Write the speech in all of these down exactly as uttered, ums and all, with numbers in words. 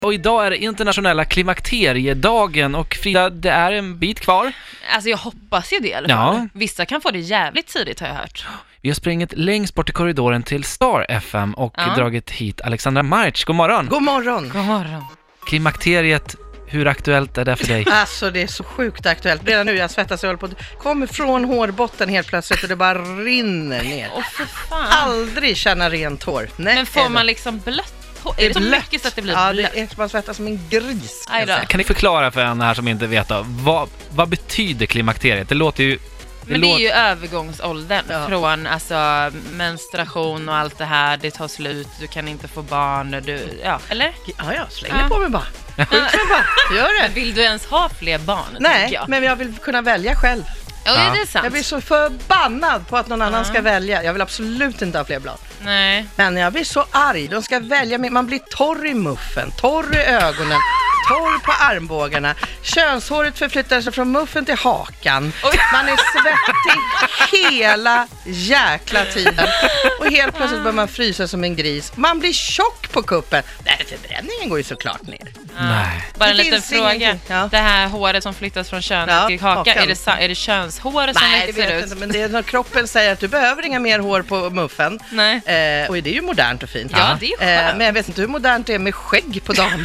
Och idag är det internationella klimakteriedagen och Frida, det är en bit kvar. Alltså jag hoppas ju det i alla fall. Ja. Vissa kan få det jävligt tidigt har jag hört. Vi har springit längst bort i korridoren till Star F M och ja. dragit hit Alexandra March. God morgon! God morgon! God morgon! Klimakteriet, hur aktuellt är det för dig? Alltså det är så sjukt aktuellt. Redan nu jag svettas, jag håller på att kommer från hårbotten helt plötsligt och det bara rinner ner. Åh för fan! Aldrig känna rent hår. Nej, men får man liksom blött? Är det så mycket så att det blir ja, blött? Ja, man svettas som en gris. Kan, kan ni förklara för en här som inte vet då, vad, vad betyder klimakteriet? Det låter ju... Det Men det är låter... ju övergångsåldern ja. från alltså, menstruation och allt det här, det tar slut, du kan inte få barn, du, ja, eller? Ja, ja, släng det ja. på mig bara. Skjut mig bara, gör det. Men vill du ens ha fler barn? Nej, jag. men jag vill kunna välja själv. Ja, ja, det är sant. Jag blir så förbannad på att någon annan ja. ska välja. Jag vill absolut inte ha fler blad. Nej. Men jag blir så arg. De ska välja mig. Man blir torr i muffen, torr i ögonen, torr på armbågarna. Könshåret förflyttar sig från muffen till hakan. Oj. Man är svettig hela jäkla tiden. Och helt plötsligt börjar man frysa som en gris. Man blir tjock på kuppen. Nej, förbränningen går ju såklart ner. Ja. Nej. Bara en liten fråga. Ja. Det här håret som flyttas från kön ja, till haka, är det, är det könshåret som Nej, växer ut? Inte, men det är när kroppen säger att du behöver inga mer hår på muffen. Nej. Eh, och det är ju modernt och fint. Ja, det är skönt. Eh, men jag vet inte hur modernt det är med skägg på damen.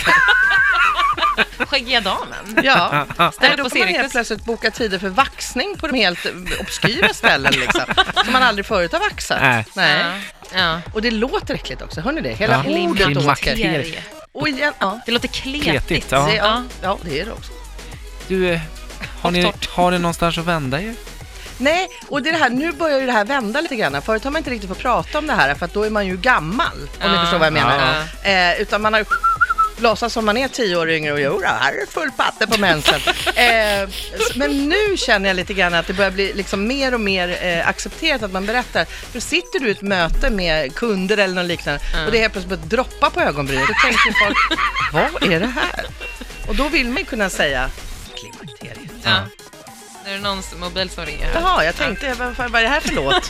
Skäggiga damen? Ja. Ställer då på får man helt plötsligt boka tider för vaxning på de helt obskyra ställen liksom. Som man aldrig förut har vaxat. Nej. Nej. Ja. Ja. Och det låter äckligt också, hör ni det? Hela ja. ordet klimakterie. Och igen, ja. Det låter kletigt. kletigt ja. Det, ja. ja, det är det också. Du, har ni, har ni någonstans att vända er? Nej, och det är det här, nu börjar ju det här vända lite grann. Förut har man inte riktigt fått prata om det här, för att då är man ju gammal, om ja. ni förstår vad jag menar. Ja. Eh, utan man har ju låtsas som man är tio år yngre och jo, här är full patte på mensen. eh, men nu känner jag lite grann att det börjar bli liksom mer och mer eh, accepterat att man berättar. För sitter du i ett möte med kunder eller något liknande mm. och det är helt plötsligt börjat droppa på ögonbrynet, då tänker folk, vad är det här? Och då vill man kunna säga klimakteriet. Ja. Är det någons mobil som ringer här? Jaha, jag tänkte, vad, vad är det här för låt?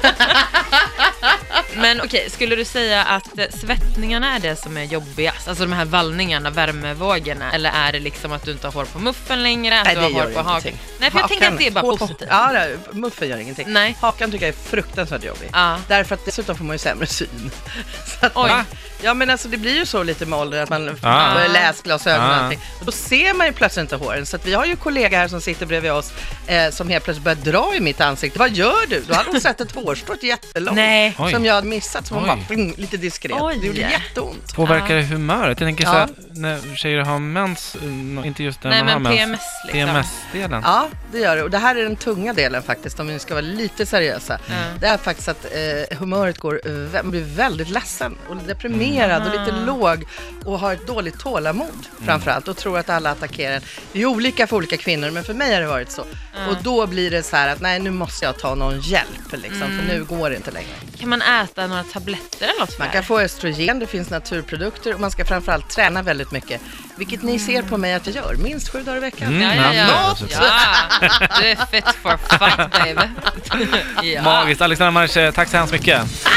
Men okej, okay, skulle du säga att eh, svettningarna är det som är jobbigast? Alltså de här vallningarna, värmevågorna? Eller är det liksom att du inte har hår på muffen längre? Att Nej, du det har hår gör på hakan? Nej, för jag tänker att det är bara positivt. Ja, det, muffen gör ingenting. Nej. Hakan tycker jag är fruktansvärt jobbig. Ja. Därför att dessutom får man ju sämre syn. Så att, Oj. Ja, men alltså det blir ju så lite med ålder att man ja. börjar läsglasögon och ja. allting. Och då ser man ju plötsligt inte håren. Så att vi har ju kollega här som sitter bredvid oss eh, som helt plötsligt börjar dra i mitt ansikte. Vad gör du? Då hade hon sett ett hårstrå jättelångt. Nej. Som jag hade missat. Som hon bara pling, lite diskret. Oj. Det gjorde jätteont. Påverkar det humöret? Jag tänker ja. så här, när tjejer har mens, inte just när Nej, man men har P M S mens. liksom. P M S-delen. Ja, det gör det. Och det här är den tunga delen faktiskt, om vi ska vara lite seriösa. Mm. Det är faktiskt att eh, humöret går, eh, man blir väldigt ledsen och deprimerad mm. och lite låg och har ett dåligt tålamod mm. framförallt och tror att alla attackerar en. Det är olika för olika kvinnor, men för mig har det varit så. Mm. Och då blir det så här att nej, nu måste jag ta någon hjälp liksom, mm. för nu går det inte längre. Kan man äta några tabletter eller något? Man kan få östrogen, det finns naturprodukter och man ska framförallt träna väldigt mycket. Vilket ni ser på mig att jag gör, minst sju dagar i veckan. Mm. Ja, ja, ja. ja. Du är fit for fight, baby. Ja. Magiskt. Alexandra March, tack så hemskt mycket.